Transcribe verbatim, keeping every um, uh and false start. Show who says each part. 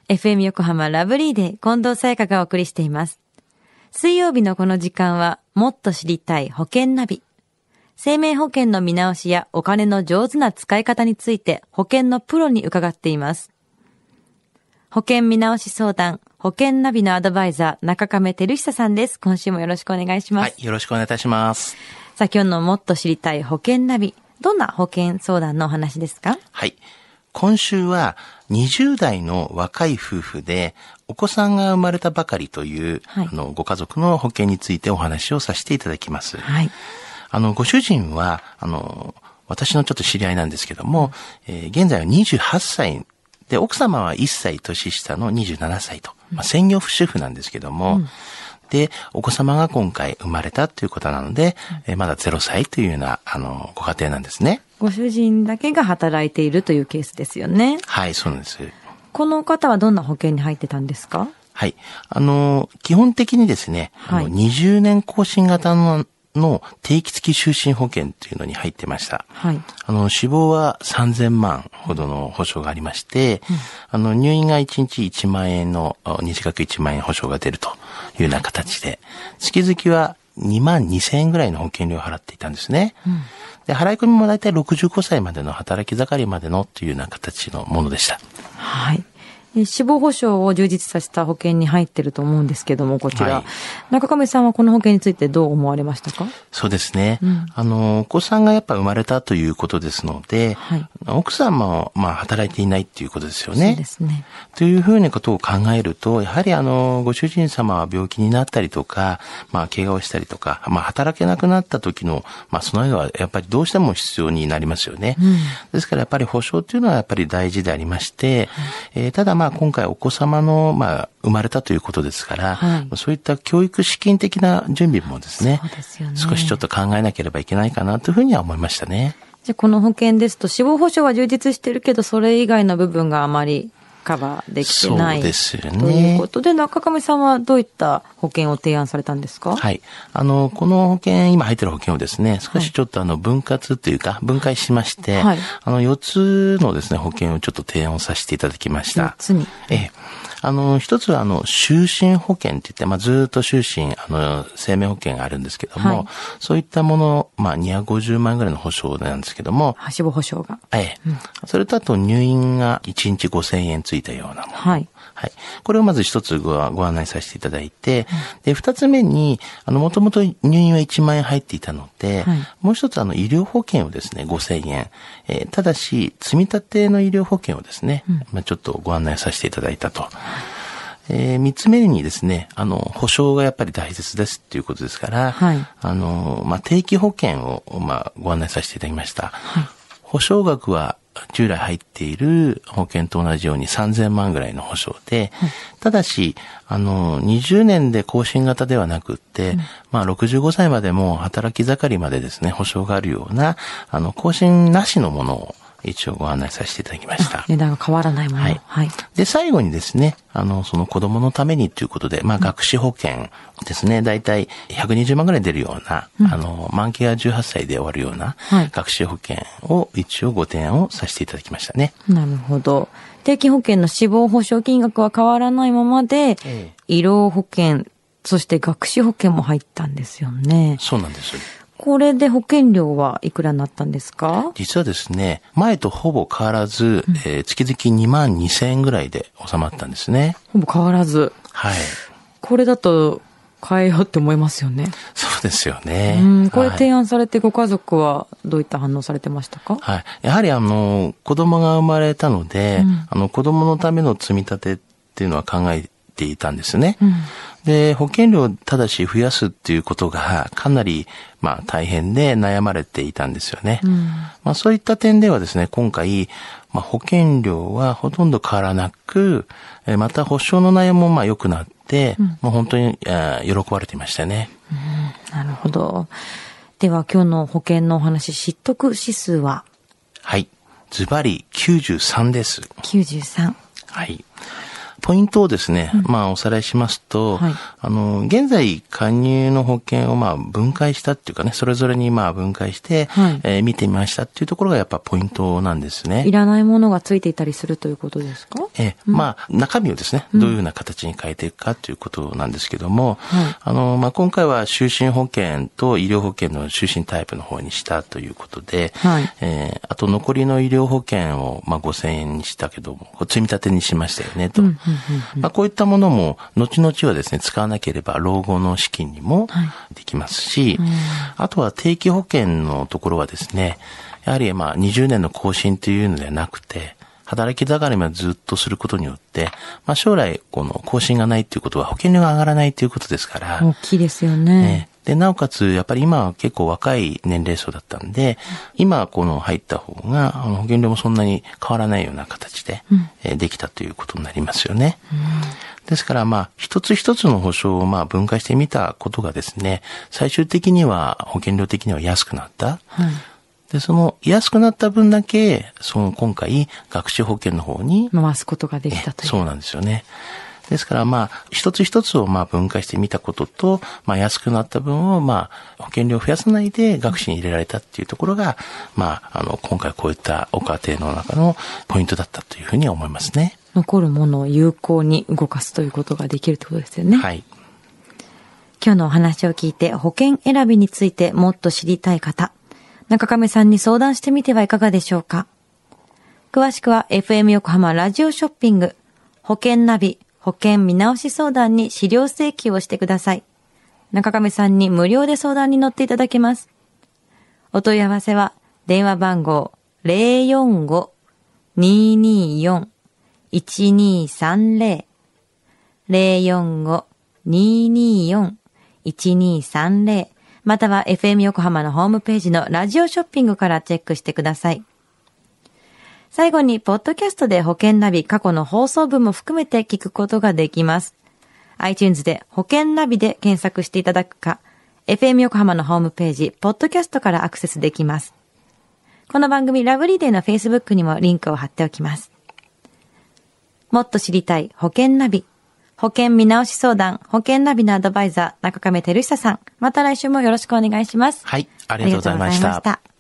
Speaker 1: エフエム 横浜ラブリーで近藤沙耶香がお送りしています。水曜日のこの時間はもっと知りたい保険ナビ。生命保険の見直しやお金の上手な使い方について保険のプロに伺っています。保険見直し相談、保険ナビのアドバイザー、中亀照久さんです。今週もよろしくお願いします。
Speaker 2: はい、よろしくお願いいたします。
Speaker 1: さあ、今日のもっと知りたい保険ナビ。どんな保険相談のお話ですか？
Speaker 2: はい。今週はにじゅう代の若い夫婦でお子さんが生まれたばかりという、はい、あのご家族の保険についてお話をさせていただきます。はい。あのご主人はあの私のちょっと知り合いなんですけども、えー、現在はにじゅうはっさいで奥様はいっさい年下のにじゅうななさいと、まあ、専業主婦なんですけども、うん、でお子様が今回生まれたということなので、うん、えー、まだゼロさいというようなあのご家庭なんですね。
Speaker 1: ご主人だけが働いているというケースですよね。
Speaker 2: はい、そうなんです。
Speaker 1: この方はどんな保険に入ってたんですか？
Speaker 2: はい。あの、基本的にですね、はい、あのにじゅうねん更新型のの定期付き就寝保険というのに入ってました。はい。あの、死亡はさんぜんまんほどの保証がありまして、うん、あの、入院がいちにちいちまんえんの、短くいちまんえん保証が出るというような形で、月々はにまんにせんえんぐらいの保険料を払っていたんですね。うん、で、払い込みもだいたいろくじゅうごさいまでの働き盛りまでのというような形のものでした。
Speaker 1: はい。死亡保障を充実させた保険に入っていると思うんですけども、こちら、はい、中亀さんはこの保険についてどう思われましたか？
Speaker 2: そうですね、うん、あのお子さんがやっぱ生まれたということですので、はい、奥さんもまあ働いていないっていうことですよね。
Speaker 1: そうですね。
Speaker 2: というふうなことを考えると、やはりあのご主人様は病気になったりとか、まあ怪我をしたりとか、まあ働けなくなった時のまあ備えはやっぱりどうしても必要になりますよね。うん、ですからやっぱり保障というのはやっぱり大事でありまして、うん、えー、ただまあまあ、今回お子様の、まあ、生まれたということですから、はい、そういった教育資金的な準備もですね、
Speaker 1: そうですよね、
Speaker 2: 少しちょっと考えなければいけないかなというふうには思いましたね。
Speaker 1: じゃあこの保険ですと死亡保障は充実してるけど、それ以外の部分があまりカバーできてない。
Speaker 2: そうですよね。
Speaker 1: ということで、中亀さんはどういった保険を提案されたんですか？
Speaker 2: はい。あの、この保険、今入ってる保険をですね、少しちょっとあの、分割というか、分解しまして、はい、あの、よっつのですね、保険をちょっと提案をさせていただきました。
Speaker 1: よっつに。
Speaker 2: ええ。あの、一つはあの、就寝保険って言って、まあ、ずっと就寝、あの、生命保険があるんですけども、はい、そういったもの、まあ、にひゃくごじゅうまんえんぐらいの保証なんですけども、
Speaker 1: 死亡保障が。
Speaker 2: ええ。うん、それとあと入院がいちにちごせんえんついたようなもの。はい。はい。これをまず一つご、ご案内させていただいて、うん、で、二つ目に、あの、もともと入院はいちまんえん入っていたので、はい、もう一つあの、医療保険をですね、ごせんえん。えー、ただし、積み立ての医療保険をですね、うん、まあ、ちょっとご案内させていただいたと。えー、三つ目にですね、あの、保証がやっぱり大切ですっていうことですから、はい、あの、まあ、定期保険を、まあ、ご案内させていただきました。はい、保証額は従来入っている保険と同じようにさんぜんまんぐらいの保証で、はい、ただし、あの、にじゅうねんで更新型ではなくって、うん、まあ、ろくじゅうごさいまでも働き盛りまでですね、保証があるような、あの、更新なしのものを、一応ご案内させていただきました。
Speaker 1: 値段が変わらないもの。はい。はい。
Speaker 2: で、最後にですね、あの、その子供のためにということで、まあ、学資保険ですね、だいたいひゃくにじゅうまんぐらい出るような、うん、あの、満期がじゅうはっさいで終わるような、はい、学資保険を一応ご提案をさせていただきましたね。
Speaker 1: なるほど。定期保険の死亡保障金額は変わらないままで、ええ、医療保険、そして学資保険も入ったんですよね。
Speaker 2: そうなんです。
Speaker 1: これで保険料はいくらになったんですか？
Speaker 2: 実はですね、前とほぼ変わらず、うん、えー、月々にまんにせんえんぐらいで収まったんですね。
Speaker 1: ほぼ変わらず。
Speaker 2: はい。
Speaker 1: これだと変えようって思いますよね。
Speaker 2: そうですよね。
Speaker 1: うん、これ提案されてご家族はどういった反応されてましたか？
Speaker 2: はい。やはりあの、子供が生まれたので、うん、あの、子供のための積み立てっていうのは考えていたんですね。うん、で、保険料をただし増やすっていうことがかなり、まあ大変で悩まれていたんですよね。うん、まあそういった点ではですね、今回、まあ保険料はほとんど変わらなく、また保証の内容もまあ良くなって、うん、もう本当に喜ばれていましたね。
Speaker 1: うん、なるほど。では今日の保険のお話、知得指数は？
Speaker 2: はい。ズバリきゅうじゅうさんです。
Speaker 1: きゅうじゅうさん。
Speaker 2: はい。 ポイントをですね、うん、まあおさらいしますと、はい、あの、現在加入の保険をまあ分解したっていうかね、それぞれにまあ分解して、はい、えー、見てみましたっていうところがやっぱポイントなんですね。
Speaker 1: いらないものがついていたりするということですか？
Speaker 2: えー、うん、まあ中身をですね、どういうような形に変えていくかということなんですけども、はい、あの、まあ今回は就寝保険と医療保険の就寝タイプの方にしたということで、はい、えー、あと残りの医療保険をまあごせんえんにしたけども、積み立てにしましたよねと。うんうんうんうん、まあこういったものも後々はですね、使わなければ老後の資金にもできますし、はい、あとは定期保険のところはですね、やはりまあにじゅうねんの更新というのではなくて、働き盛りまでずっとすることによって、まあ将来この更新がないということは保険料が上がらないということですから。
Speaker 1: 大きいですよね。ね、
Speaker 2: で、なおかつ、やっぱり今は結構若い年齢層だったんで、今この入った方が、あの保険料もそんなに変わらないような形で、うん、えー、できたということになりますよね。うん、ですからまあ、一つ一つの保証をまあ分解してみたことがですね、最終的には保険料的には安くなった。はい、で、その安くなった分だけ、その今回学習保険の方に
Speaker 1: 回すことができたという。
Speaker 2: そうなんですよね。ですからまあ、一つ一つをまあ分解してみたことと、まあ安くなった分をまあ、保険料を増やさないで学士に入れられたっていうところが、まあ、あの、今回こういったお家庭の中のポイントだったというふうに思いますね。
Speaker 1: 残るものを有効に動かすということができるということですよね。はい。今日のお話を聞いて保険選びについてもっと知りたい方、中亀さんに相談してみてはいかがでしょうか。詳しくは エフエム 横浜ラジオショッピング、保険ナビ、保険見直し相談に資料請求をしてください。中亀さんに無料で相談に乗っていただけます。お問い合わせは電話番号 ゼロよんご にーにーよん いちにーさんゼロ ゼロよんご にーにーよん いちにーさんゼロ または エフエム 横浜のホームページのラジオショッピングからチェックしてください。最後に、ポッドキャストで保険ナビ過去の放送分も含めて聞くことができます。iTunes で保険ナビで検索していただくか、エフエム 横浜のホームページ、ポッドキャストからアクセスできます。この番組ラブリーデーの Facebook にもリンクを貼っておきます。もっと知りたい保険ナビ、保険見直し相談、保険ナビのアドバイザー、中亀照久さん、また来週もよろしくお願いします。
Speaker 2: はい、ありがとうございました。